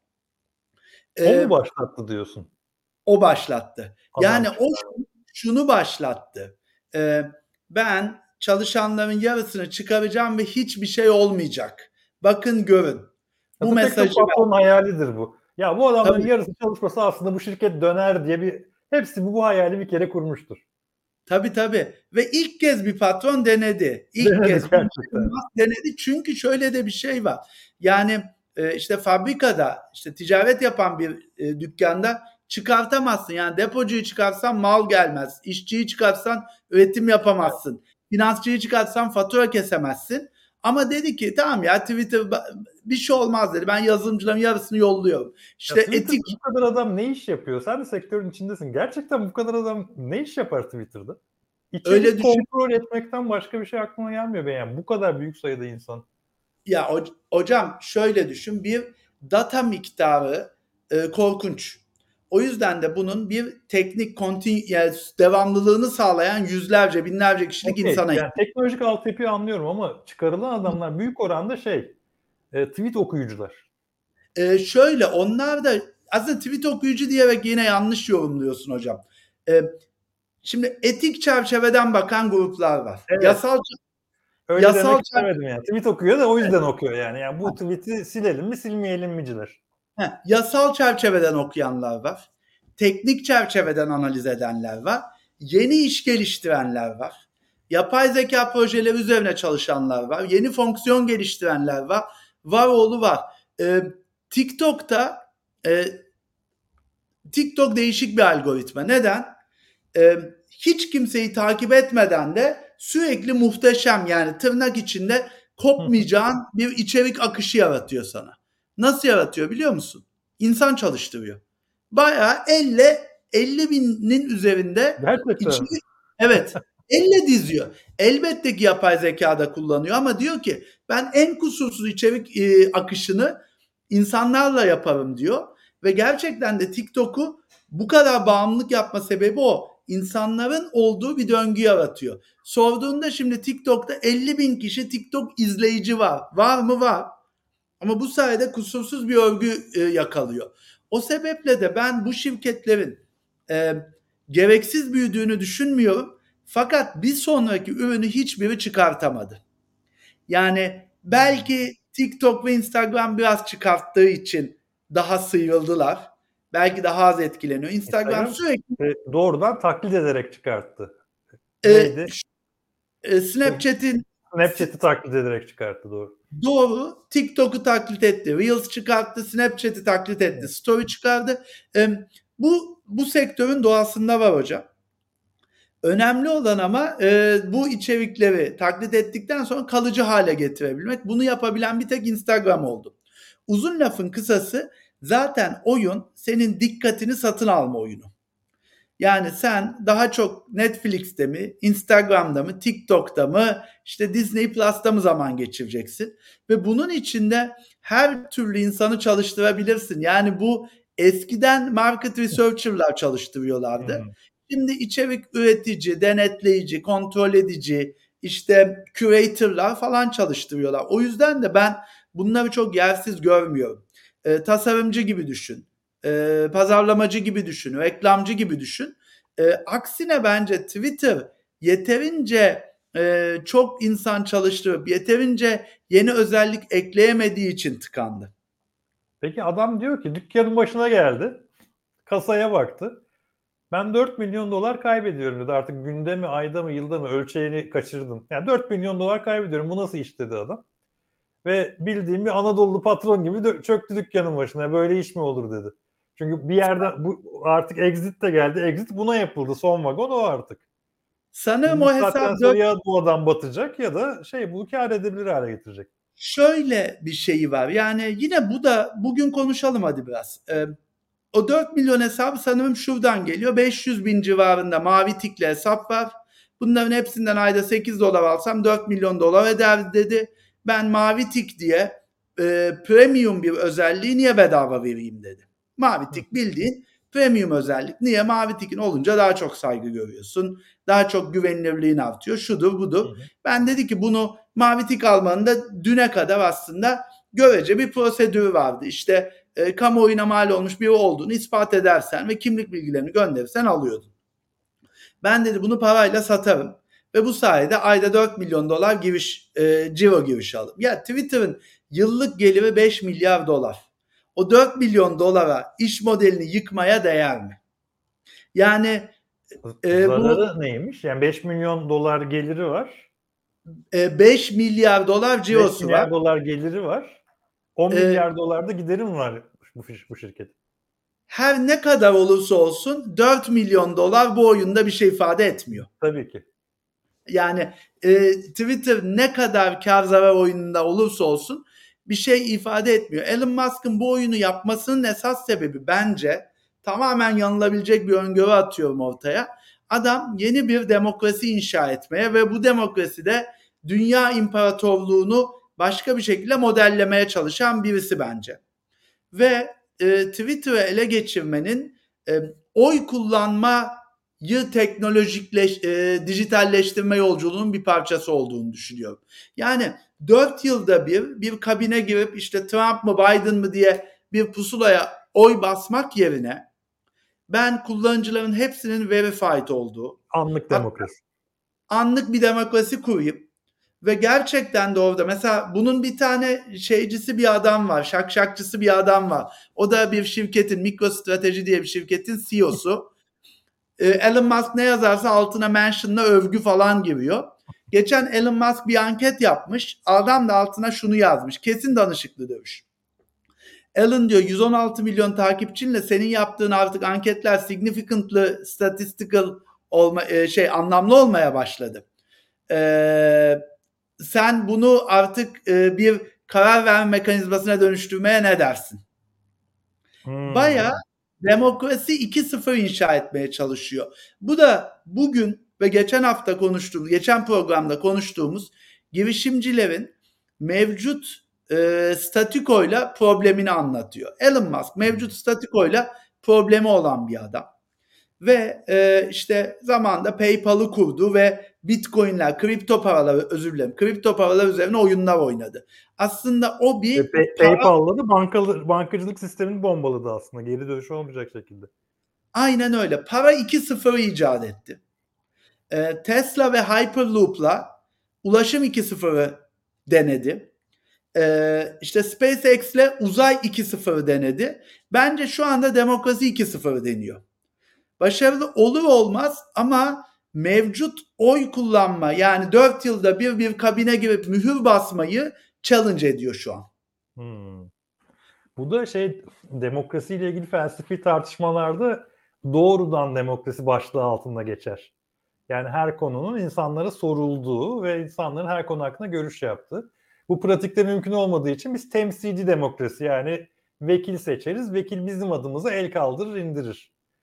O Ee, mu başlattı diyorsun? O başlattı. Adam Yani o şunu başlattı. Ee, ben çalışanların yarısını çıkaracağım ve hiçbir şey olmayacak. Bakın görün. Bu Aslında pek çok mesajı patronun hayalidir bu. Ya bu adamların Tabii. yarısı çalışmasa aslında bu şirket döner diye bir hepsi bu, bu hayali bir kere kurmuştur. Tabii tabii. Ve ilk kez bir patron denedi. İlk Denedi kez gerçekten. denedi. Çünkü şöyle de bir şey var. Yani e, işte fabrikada, işte ticaret yapan bir e, dükkanda çıkartamazsın. Yani depocuyu çıkarsan mal gelmez. İşçiyi çıkarsan üretim yapamazsın. Finansçıyı çıkarsan fatura kesemezsin. Ama dedi ki tamam ya, Twitter bir şey olmaz dedi. Ben yazılımcıların yarısını yolluyorum. İşte Ya etik. bu kadar adam ne iş yapıyor? Sen de sektörün içindesin. Gerçekten bu kadar adam ne iş yapar Twitter'da? Öyle İçerik düşün. kontrol etmekten başka bir şey aklıma gelmiyor benim. Yani bu kadar büyük sayıda insan. Ya hocam şöyle düşün, bir data miktarı e, korkunç. O yüzden de bunun bir teknik kontin yani devamlılığını sağlayan yüzlerce, binlerce kişilik Okay. insana. Yani teknolojik altyapıyı anlıyorum ama çıkarılan adamlar büyük oranda şey e, tweet okuyucular. E, şöyle onlar da aslında tweet okuyucu diyerek yine yanlış yorumluyorsun hocam. E, şimdi etik çerçeveden bakan gruplar var. Evet. Yasal Öyle yasal demek istemedim yani. Tweet okuyor da o yüzden okuyor yani. Yani bu tweet'i silelim mi silmeyelim miciler. Heh, yasal çerçeveden okuyanlar var. Teknik çerçeveden analiz edenler var. Yeni iş geliştirenler var. Yapay zeka projeleri üzerine çalışanlar var. Yeni fonksiyon geliştirenler var. Var oğlu var. Ee, TikTok'ta e, TikTok değişik bir algoritma. Neden? Ee, hiç kimseyi takip etmeden de sürekli muhteşem, yani tırnak içinde kopmayacağın bir içerik akışı yaratıyor sana. Nasıl yaratıyor biliyor musun? İnsan çalıştırıyor. Bayağı elle elli binin üzerinde Gerçekten. içerik, evet, elle diziyor. Elbette ki yapay zeka da kullanıyor ama diyor ki ben en kusursuz içerik e, akışını insanlarla yaparım diyor. Ve gerçekten de TikTok'u bu kadar bağımlılık yapma sebebi o. İnsanların olduğu bir döngü yaratıyor. Sorduğunda şimdi TikTok'ta elli bin kişi TikTok izleyici var. Var mı? Var. Ama bu sayede kusursuz bir örgü e, yakalıyor. O sebeple de ben bu şirketlerin e, gereksiz büyüdüğünü düşünmüyorum. Fakat bir sonraki ürünü hiçbiri çıkartamadı. Yani belki TikTok ve Instagram biraz çıkarttığı için daha sıyrıldılar. Belki daha az etkileniyor. Instagram, Instagram sürekli e, doğrudan taklit ederek çıkarttı. e, Neydi? e, Snapchat'in Snapchat'i taklit ederek çıkarttı doğru. doğru, TikTok'u taklit etti. Reels çıkarttı, Snapchat'i taklit etti, Evet. Story çıkardı. E, bu bu sektörün doğasında var hocam. Önemli olan ama e, bu içerikleri taklit ettikten sonra kalıcı hale getirebilmek. Bunu yapabilen bir tek Instagram oldu. Uzun lafın kısası, zaten oyun senin dikkatini satın alma oyunu. Yani sen daha çok Netflix'te mi, Instagram'da mı, TikTok'ta mı, işte Disney Plus'ta mı zaman geçireceksin? Ve bunun içinde her türlü insanı çalıştırabilirsin. Yani bu eskiden market researcher'lar çalıştırıyorlardı. Hmm. Şimdi içerik üretici, denetleyici, kontrol edici, işte curator'lar falan çalıştırıyorlar. O yüzden de ben bunları çok yersiz görmüyorum. E, tasarımcı gibi düşün, e, pazarlamacı gibi düşün, reklamcı gibi düşün. E, aksine bence Twitter yeterince e, çok insan çalıştırıp yeterince yeni özellik ekleyemediği için tıkandı. Peki adam diyor ki dükkanın başına geldi, kasaya baktı. Ben dört milyon dolar kaybediyorum dedi. Artık günde mi, ayda mı, yılda mı ölçeğini kaçırdım. Yani dört milyon dolar kaybediyorum. Bu nasıl iş dedi adam. Ve bildiğim bir Anadolu patron gibi dö- çöktü dükkanın başına. Böyle iş mi olur dedi. Çünkü bir yerde bu artık exit de geldi. Exit buna yapıldı. Son vagon o artık. Sanırım Bu o saatten hesap sonra ya bu adam batacak ya da şey bu kâr edebilir hale getirecek. şöyle bir şeyi var. Yani yine bu da bugün konuşalım hadi biraz. Ee, o dört milyon hesabı sanırım şuradan geliyor. beş yüz bin civarında mavi tikli hesap var. Bunların hepsinden ayda sekiz dolar alsam dört milyon dolar eder dedi. Ben mavi tik diye e, premium bir özelliği niye bedava vereyim dedi. Mavi tik bildiğin premium özellik. Niye? Mavi tikin olunca daha çok saygı görüyorsun. Daha çok güvenilirliğin artıyor. Şudur budur. Hı hı. Ben dedi ki bunu mavi tik almanın da düne kadar aslında görece bir prosedürü vardı. İşte e, kamuoyuna mal olmuş biri olduğunu ispat edersen ve kimlik bilgilerini gönderirsen alıyordun. Ben dedi bunu parayla satarım ve bu sayede ayda dört milyon dolar giriş, e, ciro girişi alırım. Ya Twitter'ın yıllık geliri beş milyar dolar. O dört milyon dolara iş modelini yıkmaya değer mi? Yani e, bu Zararı neymiş? Yani beş milyon dolar geliri var. e, beş milyar dolar beş cirosu var. milyar dolar geliri var. on E, milyar dolar da giderim var bu, bu şirket. her ne kadar olursa olsun dört milyon dolar bu oyunda bir şey ifade etmiyor. Tabii ki. Yani e, Twitter ne kadar kar zarar oyununda olursa olsun bir şey ifade etmiyor. Elon Musk'ın bu oyunu yapmasının esas sebebi bence tamamen yanılabilecek bir öngörü atıyorum ortaya. Adam yeni bir demokrasi inşa etmeye ve bu demokraside dünya imparatorluğunu başka bir şekilde modellemeye çalışan birisi bence. Ve e, Twitter'ı ele geçirmenin e, oy kullanmayı teknolojikleş, e, dijitalleştirme yolculuğunun bir parçası olduğunu düşünüyorum. Yani dört yılda bir bir kabine girip işte Trump mı Biden mı diye bir pusulaya oy basmak yerine ben kullanıcıların hepsinin verified olduğu, Anlık hatta demokrasi. anlık bir demokrasi kurayım ve gerçekten de orada mesela bunun bir tane şeycisi bir adam var, şakşakçısı bir adam var. O da bir şirketin, MicroStrateji diye bir şirketin C E O'su. Ee, Elon Musk ne yazarsa altına mention'la övgü falan giriyor. Geçen Elon Musk bir anket yapmış. Adam da altına şunu yazmış. Kesin danışıklı dövüş. Elon diyor yüz on altı milyon takipçinle senin yaptığın artık anketler significantly statistical olma, e, şey anlamlı olmaya başladı. Ee, sen bunu artık e, bir karar verme mekanizmasına dönüştürmeye ne dersin? Bayağı Hmm. demokrasi iki sıfır inşa etmeye çalışıyor. Bu da bugün ve geçen hafta konuştuğumuz, geçen programda konuştuğumuz girişimcilerin mevcut e, statükoyla problemini anlatıyor. Elon Musk mevcut statükoyla problemi olan bir adam. Ve e, işte zamanda PayPal'ı kurdu ve Bitcoin'ler, kripto paralar, özür dilerim, kripto paralar üzerine oyunlar oynadı. Aslında o Ve bir Pay- para, PayPal'la da bankalı, bankacılık sistemini bombaladı aslında. Geri dönüşü olmayacak şekilde. aynen öyle. Para iki sıfır icat etti. E, Tesla ve Hyperloop'la ulaşım iki sıfırı denedi. E, işte SpaceX'le uzay iki sıfırı denedi. Bence şu anda demokrasi iki sıfırı deniyor. Başarılı olur olmaz ama mevcut oy kullanma yani dört yılda bir bir kabine girip mühür basmayı challenge ediyor şu an. Hmm. Bu da şey demokrasiyle ilgili felsefi tartışmalarda doğrudan demokrasi başlığı altında geçer. Yani her konunun insanlara sorulduğu ve insanların her konu hakkında görüş yaptığı. Bu pratikte mümkün olmadığı için biz temsilci demokrasi yani vekil seçeriz. Vekil bizim adımıza el kaldırır indirir.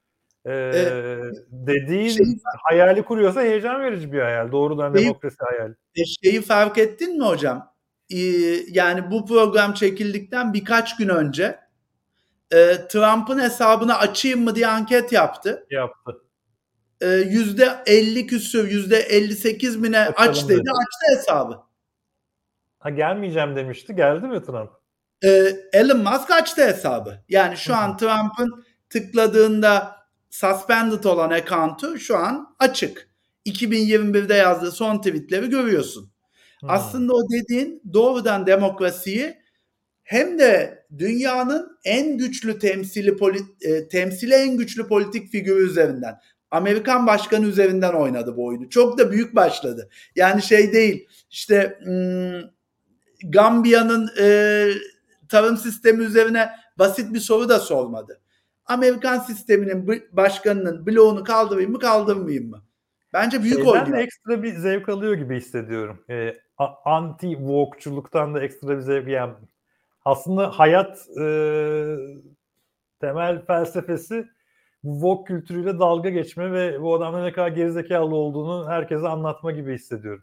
E, dediğin şeyi, hayali kuruyorsa heyecan verici bir hayal. Doğrudan şeyi, demokrasi hayali. şeyi fark ettin mi hocam? Ee, yani bu program çekildikten birkaç gün önce e, Trump'ın hesabını açayım mı diye anket yaptı. Yaptı. E, yüzde elli küsür, yüzde elli sekiz mi ne aç Açalım dedi, dedi. açtı hesabı. Ha, gelmeyeceğim demişti. Geldi mi Trump? E, Elon Musk açtı hesabı. Yani şu Hı. an Trump'ın tıkladığında suspended olan account'u şu an açık. iki bin yirmi birde yazdığı son tweetleri görüyorsun. Hı. Aslında o dediğin doğrudan demokrasiyi hem de dünyanın en güçlü temsili e, temsili en güçlü politik figürü üzerinden, Amerikan başkanı üzerinden oynadı bu oyunu. Çok da büyük başladı. Yani şey değil, işte hmm, Gambiya'nın e, tarım sistemi üzerine basit bir soru da sormadı. Amerikan sisteminin başkanının bloğunu kaldırayım mı kaldırmayayım mı? Bence büyük Şeyden de oynuyor. ekstra bir zevk alıyor gibi hissediyorum. E, anti-woke'culuktan da ekstra bir zevk. Yani aslında hayat e, temel felsefesi bu woke kültürüyle dalga geçme ve bu adamın ne kadar gerizekalı olduğunu herkese anlatma gibi hissediyorum.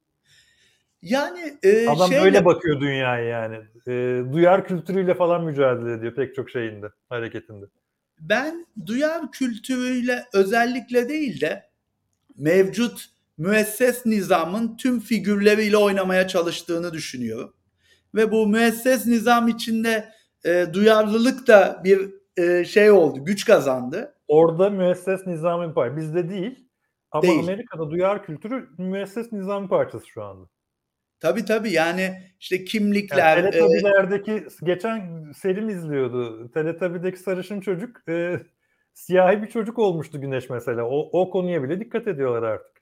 Yani e, Adam şeyle, böyle bakıyor dünyaya yani. E, duyar kültürüyle falan mücadele ediyor pek çok şeyinde, hareketinde. ben duyar kültürüyle özellikle değil de mevcut müesses nizamın tüm figürleriyle oynamaya çalıştığını düşünüyorum. Ve bu müesses nizam içinde e, duyarlılık da bir e, şey oldu, güç kazandı. Orada müesses nizamın parçası. Bizde değil. Ama Değil. Amerika'da duyar kültürü müesses nizamın parçası şu anda. Tabii tabii, yani işte Yani kimlikler, e, Teletubby'lerdeki, geçen Selim izliyordu. Teletubby'deki sarışın çocuk e, siyahi bir çocuk olmuştu Güneş mesela. O, o konuya bile dikkat ediyorlar artık.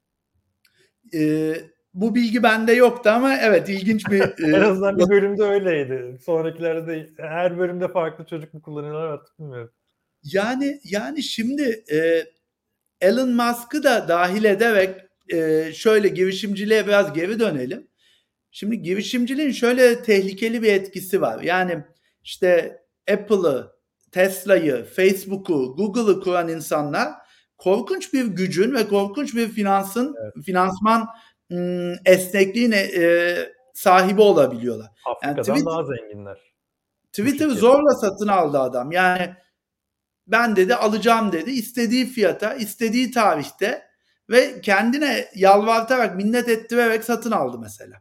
e, bu bilgi bende yoktu ama evet, ilginç bir En e, azından bir bölümde öyleydi. Sonrakilerde de her bölümde farklı çocuk mu kullanıyorlar artık bilmiyorum. yani yani şimdi e, Elon Musk'ı da dahil ederek e, şöyle girişimciliğe biraz geri dönelim. Şimdi girişimciliğin şöyle tehlikeli bir etkisi var. Yani işte Apple'ı, Tesla'yı, Facebook'u, Google'ı kuran insanlar korkunç bir gücün ve korkunç bir finansın, Evet. finansman ım, esnekliğine e, sahibi olabiliyorlar. Yani Afrika'dan Twitter, daha zenginler bu Twitter'ı şirket. zorla satın aldı adam. Yani ben dedi alacağım dedi, istediği fiyata, istediği tarihte ve kendine yalvartarak, minnet ettirerek satın aldı mesela.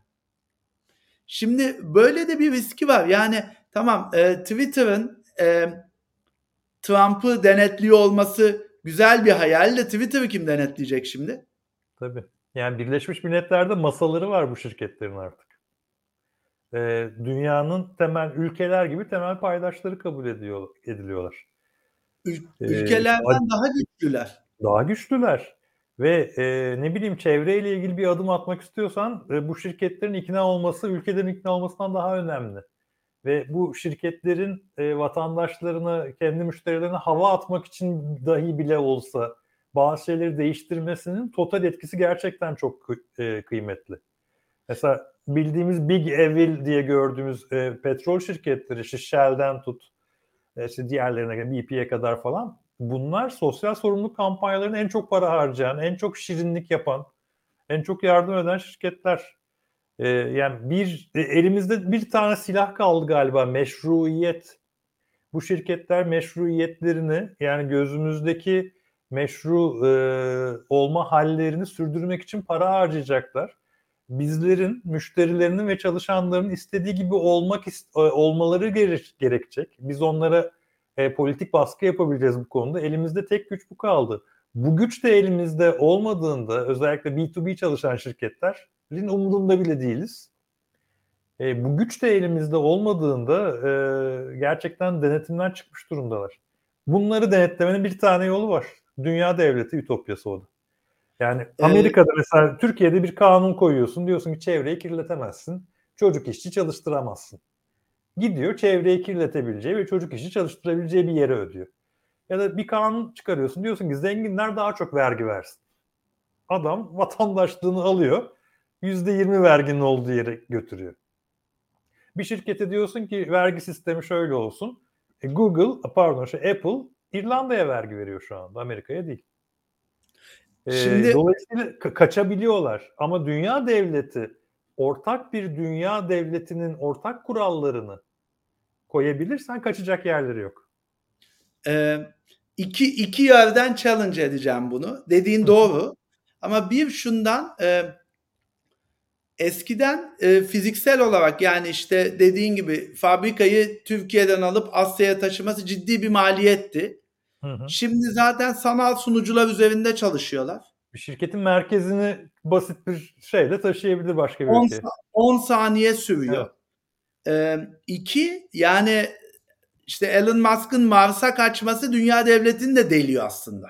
Şimdi böyle de bir riski var. Yani tamam, e, Twitter'ın e, Trump'ı denetliyor olması güzel bir hayal de Twitter'ı kim denetleyecek şimdi? Tabii. Yani Birleşmiş Milletler'de masaları var bu şirketlerin artık. Ee, dünyanın temel ülkeler gibi temel paydaşları kabul ediyor, ediliyorlar. Ül- Ee, işte ülkelerden daha güçlüler. daha güçlüler ve e, ne bileyim çevreyle ilgili bir adım atmak istiyorsan e, bu şirketlerin ikna olması ülkelerin ikna olmasından daha önemli. Ve bu şirketlerin e, vatandaşlarına, kendi müşterilerine hava atmak için dahi bile olsa bazı şeyleri değiştirmesinin total etkisi gerçekten çok e, kıymetli. Mesela bildiğimiz Big Evil diye gördüğümüz e, petrol şirketleri, işte Shell'den tut, e, işte diğerlerine, B P'ye kadar falan, bunlar sosyal sorumluluk kampanyalarına en çok para harcayan, en çok şirinlik yapan, en çok yardım eden şirketler. Ee, yani bir e, elimizde bir tane silah kaldı galiba, meşruiyet. Bu şirketler meşruiyetlerini, yani gözümüzdeki meşru e, olma hallerini sürdürmek için para harcayacaklar. Bizlerin, müşterilerinin ve çalışanların istediği gibi olmak e, olmaları gerek, gerekecek. Biz onlara e, politik baskı yapabileceğiz bu konuda. Elimizde tek güç bu kaldı. Bu güç de elimizde olmadığında, özellikle B iki B çalışan şirketlerin umurunda bile değiliz. E, bu güç de elimizde olmadığında e, gerçekten denetimden çıkmış durumdalar. Bunları denetlemenin bir tane yolu var. Dünya devleti ütopyası o da. Yani Ee, Amerika'da mesela, Türkiye'de bir kanun koyuyorsun. Diyorsun ki çevreyi kirletemezsin. Çocuk işçi çalıştıramazsın. Gidiyor çevreyi kirletebileceği ve çocuk işçi çalıştırabileceği bir yere ödüyor. Ya da bir kanun çıkarıyorsun. Diyorsun ki zenginler daha çok vergi versin. Adam vatandaşlığını alıyor. yüzde yirmi verginin olduğu yere götürüyor. Bir şirkete diyorsun ki vergi sistemi şöyle olsun. E, Google, pardon, şey Apple İrlanda'ya vergi veriyor şu anda, Amerika'ya değil. Ee, Şimdi dolayısıyla ka- kaçabiliyorlar. Ama dünya devleti, ortak bir dünya devletinin ortak kurallarını koyabilirsen kaçacak yerleri yok. e, iki, iki yerden challenge edeceğim bunu. Dediğin doğru. Ama bir şundan e, eskiden e, fiziksel olarak yani işte dediğin gibi fabrikayı Türkiye'den alıp Asya'ya taşıması ciddi bir maliyetti. Hı hı. Şimdi zaten sanal sunucular üzerinde çalışıyorlar. Bir şirketin merkezini basit bir şeyle taşıyabilir başka bir on ülkeye. on saniye Evet. sürüyor. E, iki yani işte Elon Musk'ın Mars'a kaçması dünya devletini de deliyor aslında.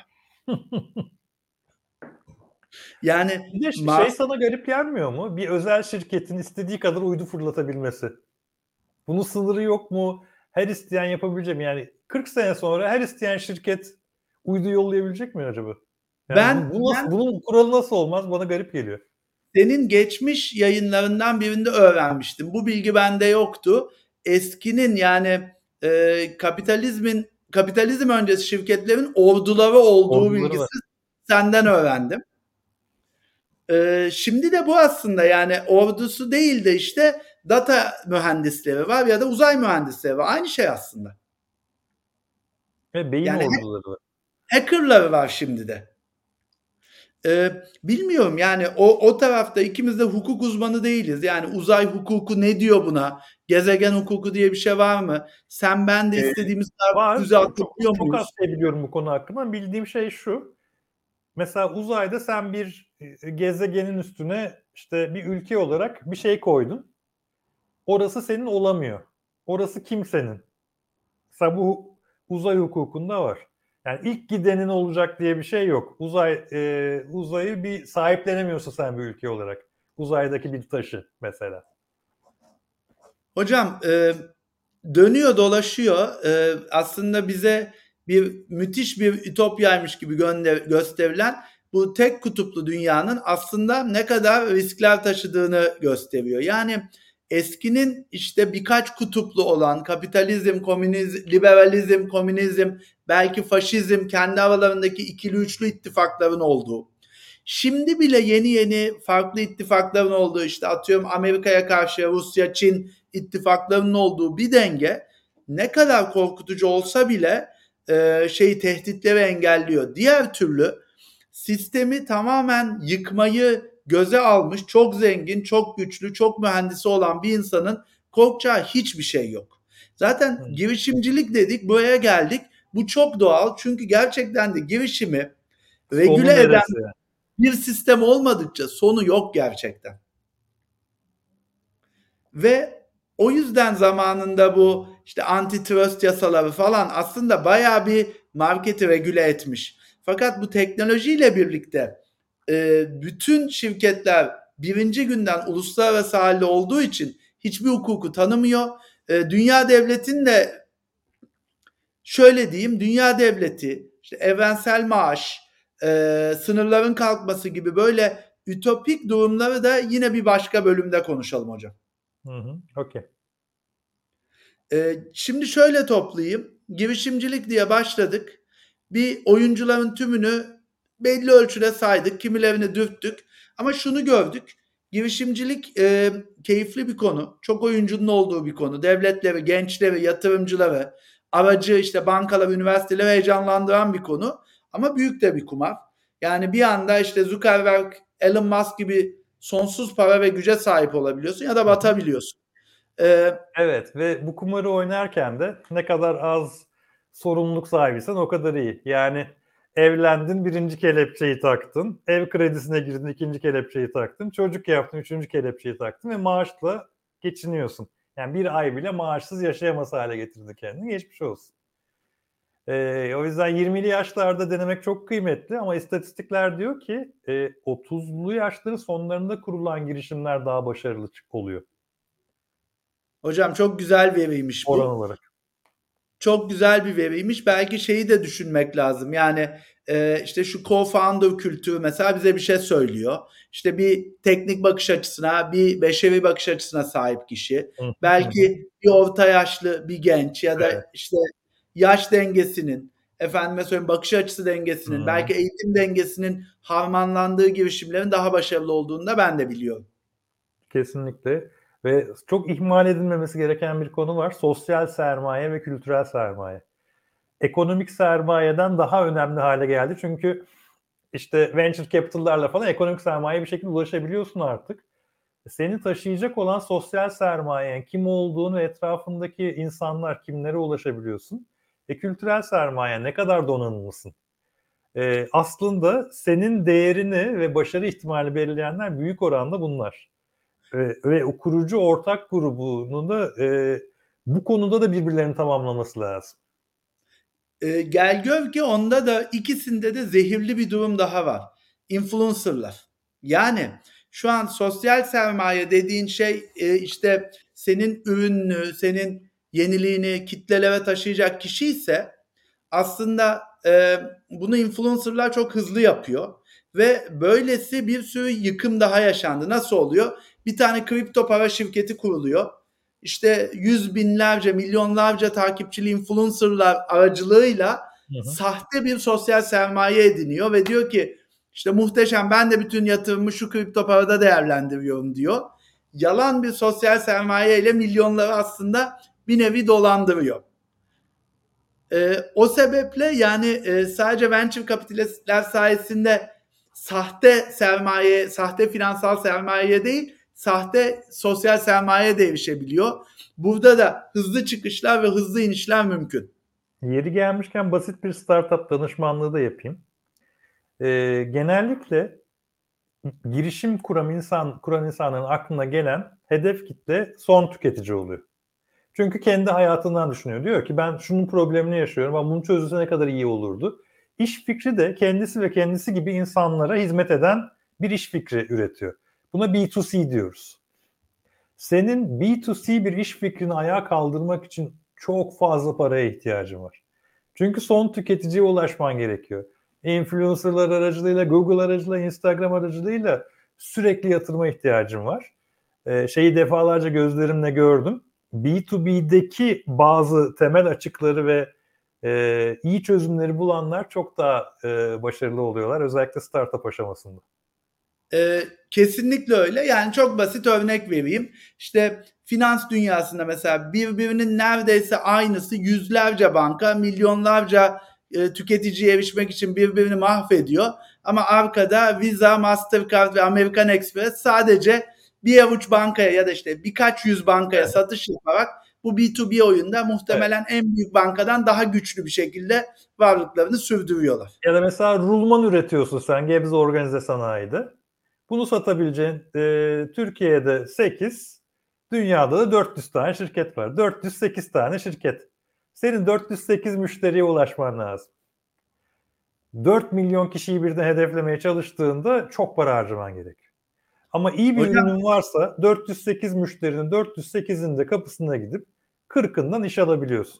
Yani Bir de şey Mars sana garip gelmiyor mu? Bir özel şirketin istediği kadar uydu fırlatabilmesi. Bunun sınırı yok mu? Her isteyen yapabilecek mi? Yani kırk sene sonra her isteyen şirket uydu yollayabilecek mi acaba? Yani ben bu, bu nasıl, ben bunun kuralı nasıl olmaz? Bana garip geliyor. senin geçmiş yayınlarından birinde öğrenmiştim. Bu bilgi bende yoktu. Eskinin yani e, kapitalizmin kapitalizm öncesi şirketlerin orduları olduğu Orduları bilgisi var. senden öğrendim. E, şimdi de bu aslında yani ordusu değil de işte data mühendisleri var ya da uzay mühendisleri var. Aynı şey aslında. Ve beyin Yani orduları var. hackerları var şimdi de. Ee, bilmiyorum yani o, o tarafta ikimiz de hukuk uzmanı değiliz. Yani uzay hukuku ne diyor buna? Gezegen hukuku diye bir şey var mı? Sen ben de Ee, istediğimiz kadar var. füze Çok, çok, atabiliyor çok az muyuz? şey biliyorum bu konu hakkında. Bildiğim şey şu. Mesela uzayda sen bir e, gezegenin üstüne işte bir ülke olarak bir şey koydun. Orası senin olamıyor. Orası kimsenin. Mesela bu uzay hukukunda var. Yani ilk gidenin olacak diye bir şey yok. Uzay e, uzayı bir sahiplenemiyorsun sen bir ülke olarak. Uzaydaki bir taşı mesela. Hocam e, dönüyor dolaşıyor. E, aslında bize bir müthiş bir ütopyaymış gibi gönder, gösterilen bu tek kutuplu dünyanın aslında ne kadar riskler taşıdığını gösteriyor. Yani eskinin işte birkaç kutuplu olan kapitalizm, komünizm, liberalizm, komünizm, belki faşizm kendi aralarındaki ikili üçlü ittifakların olduğu. Şimdi bile yeni yeni farklı ittifakların olduğu işte atıyorum Amerika'ya karşı Rusya, Çin ittifaklarının olduğu bir denge ne kadar korkutucu olsa bile e, şeyi tehditleri engelliyor. Diğer türlü sistemi tamamen yıkmayı göze almış, çok zengin, çok güçlü, çok mühendisi olan bir insanın korkacağı hiçbir şey yok. Zaten Hı. girişimcilik dedik, buraya geldik. Bu çok doğal çünkü gerçekten de girişimi regüle Sonu eden neresi? bir sistem olmadıkça sonu yok gerçekten. Ve o yüzden zamanında bu işte antitrust yasaları falan aslında bayağı bir marketi regüle etmiş. Fakat bu teknolojiyle birlikte e, bütün şirketler birinci günden uluslararası halde olduğu için hiçbir hukuku tanımıyor. E, dünya devletinin de şöyle diyeyim, dünya devleti, işte evrensel maaş, e, sınırların kalkması gibi böyle ütopik durumları da yine bir başka bölümde konuşalım hocam. Hı hı. Okey. Ee, şimdi şöyle toplayayım. Girişimcilik diye başladık. Bir oyuncuların tümünü belli ölçüde saydık. Kimilerini dürttük. Ama şunu gördük. Girişimcilik e, keyifli bir konu. Çok oyuncunun olduğu bir konu. Devletleri, gençleri, yatırımcıları, aracı işte bankalar, üniversiteleri heyecanlandıran bir konu. Ama büyük de bir kumar. Yani bir anda işte Zuckerberg, Elon Musk gibi sonsuz para ve güce sahip olabiliyorsun ya da Hı hı. batabiliyorsun. Ee, Evet ve bu kumarı oynarken de ne kadar az sorumluluk sahibiysen o kadar iyi. Yani evlendin, birinci kelepçeyi taktın. Ev kredisine girdin, ikinci kelepçeyi taktın. Çocuk yaptın, üçüncü kelepçeyi taktın ve maaşla geçiniyorsun. Yani bir ay bile maaşsız yaşayamaz hale getirdin kendini. Geçmiş olsun. Ee, o yüzden yirmili yaşlarda denemek çok kıymetli ama istatistikler diyor ki e, otuzlu yaşların sonlarında kurulan girişimler daha başarılı oluyor Hocam çok güzel veriymiş oran bu. olarak. Çok güzel bir veriymiş. Belki şeyi de düşünmek lazım. Yani e, işte şu co-founder kültürü mesela bize bir şey söylüyor. İşte bir teknik bakış açısına, bir beşeri bakış açısına sahip kişi. Hı hı hı. Belki bir orta yaşlı bir genç ya da Evet. işte yaş dengesinin. efendime söyleyeyim bakış açısı dengesinin, Hı. belki eğitim dengesinin harmanlandığı girişimlerin daha başarılı olduğunu da ben de biliyorum. Kesinlikle ve çok ihmal edilmemesi gereken bir konu var. Sosyal sermaye ve kültürel sermaye. Ekonomik sermayeden daha önemli hale geldi. Çünkü işte venture capital'larla falan ekonomik sermayeye bir şekilde ulaşabiliyorsun artık. Seni taşıyacak olan sosyal sermayen kim olduğunu ve etrafındaki insanlar kimlere ulaşabiliyorsun. E, kültürel sermaye ne kadar donanımlısın. E, aslında senin değerini ve başarı ihtimali belirleyenler büyük oranda bunlar. E, ve o kurucu ortak grubunun da e, bu konuda da birbirlerini tamamlaması lazım. E, gel gör ki onda da ikisinde de zehirli bir durum daha var. Influencerlar. Yani şu an sosyal sermaye dediğin şey e, işte senin ürününü, senin yeniliğini kitlelere taşıyacak kişi ise aslında e, bunu influencerlar çok hızlı yapıyor ve böylesi bir sürü yıkım daha yaşandı. Nasıl oluyor? Bir tane kripto para şirketi kuruluyor. İşte yüz binlerce, milyonlarca takipçili influencerlar aracılığıyla Hı hı. sahte bir sosyal sermaye ediniyor ve diyor ki işte muhteşem, ben de bütün yatırımımı şu kripto parada değerlendiriyorum diyor. Yalan bir sosyal sermaye ile milyonları aslında bir nevi dolandırıyor. E, o sebeple yani e, sadece venture kapitalistler sayesinde sahte sermaye, sahte finansal sermaye değil, sahte sosyal sermaye de erişebiliyor. Burada da hızlı çıkışlar ve hızlı inişler mümkün. Yeri gelmişken basit bir startup danışmanlığı da yapayım. Ee, genellikle girişim kuran insan kuran insanların aklına gelen hedef kitle son tüketici oluyor. Çünkü kendi hayatından düşünüyor. Diyor ki ben şunun problemini yaşıyorum ama bunu çözülse ne kadar iyi olurdu. İş fikri de kendisi ve kendisi gibi insanlara hizmet eden bir iş fikri üretiyor. Buna B iki C diyoruz. Senin B iki C bir iş fikrini ayağa kaldırmak için çok fazla paraya ihtiyacın var. Çünkü son tüketiciye ulaşman gerekiyor. Influencerlar aracılığıyla, Google aracılığıyla, Instagram aracılığıyla sürekli yatırıma ihtiyacın var. Ee, şeyi defalarca gözlerimle gördüm. B iki B'deki bazı temel açıkları ve e, iyi çözümleri bulanlar çok daha e, başarılı oluyorlar. Özellikle startup aşamasında. Ee, kesinlikle öyle. Yani çok basit örnek vereyim. İşte finans dünyasında mesela birbirinin neredeyse aynısı yüzlerce banka, milyonlarca e, tüketiciye erişmek için birbirini mahvediyor. Ama arkada Visa, Mastercard ve American Express sadece bir avuç bankaya ya da işte birkaç yüz bankaya Evet. satış yaparak bu B iki B oyunda muhtemelen evet. en büyük bankadan daha güçlü bir şekilde varlıklarını sürdürüyorlar. Ya da mesela rulman üretiyorsun sen Gebze Organize Sanayi'de. Bunu satabileceğin e, Türkiye'de sekiz, dünyada da dört yüz tane şirket var. dört yüz sekiz tane şirket. Senin dört yüz sekiz müşteriye ulaşman lazım. dört milyon kişiyi birden hedeflemeye çalıştığında çok para harcaman gerekiyor. Ama iyi bir Hocam, ürünün varsa dört yüz sekiz müşterinin dört yüz sekizinin de kapısına gidip kırkından iş alabiliyorsun.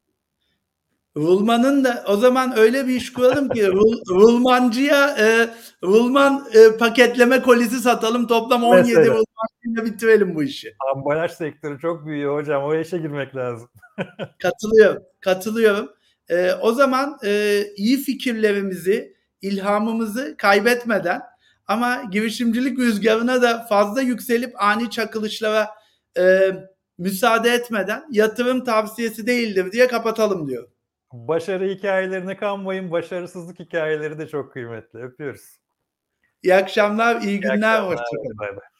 Rulman'ın da o zaman öyle bir iş kuralım ki Rul, Rulmancıya e, Rulman e, paketleme kolisi satalım, toplam on yedi Mesela Rulmancıyla bitirelim bu işi. ambalaj sektörü çok büyüyor hocam. O işe girmek lazım. Katılıyorum, katılıyorum. E, o zaman e, iyi fikirlerimizi, ilhamımızı kaybetmeden ama girişimcilik rüzgarına da fazla yükselip ani çakılışlara e, müsaade etmeden yatırım tavsiyesi değildir diye kapatalım diyor. Başarı hikayelerine kanmayın. Başarısızlık hikayeleri de çok kıymetli. Öpüyoruz. İyi akşamlar, iyi İyi günler, akşamlar. hoşçakalın. Bay bay.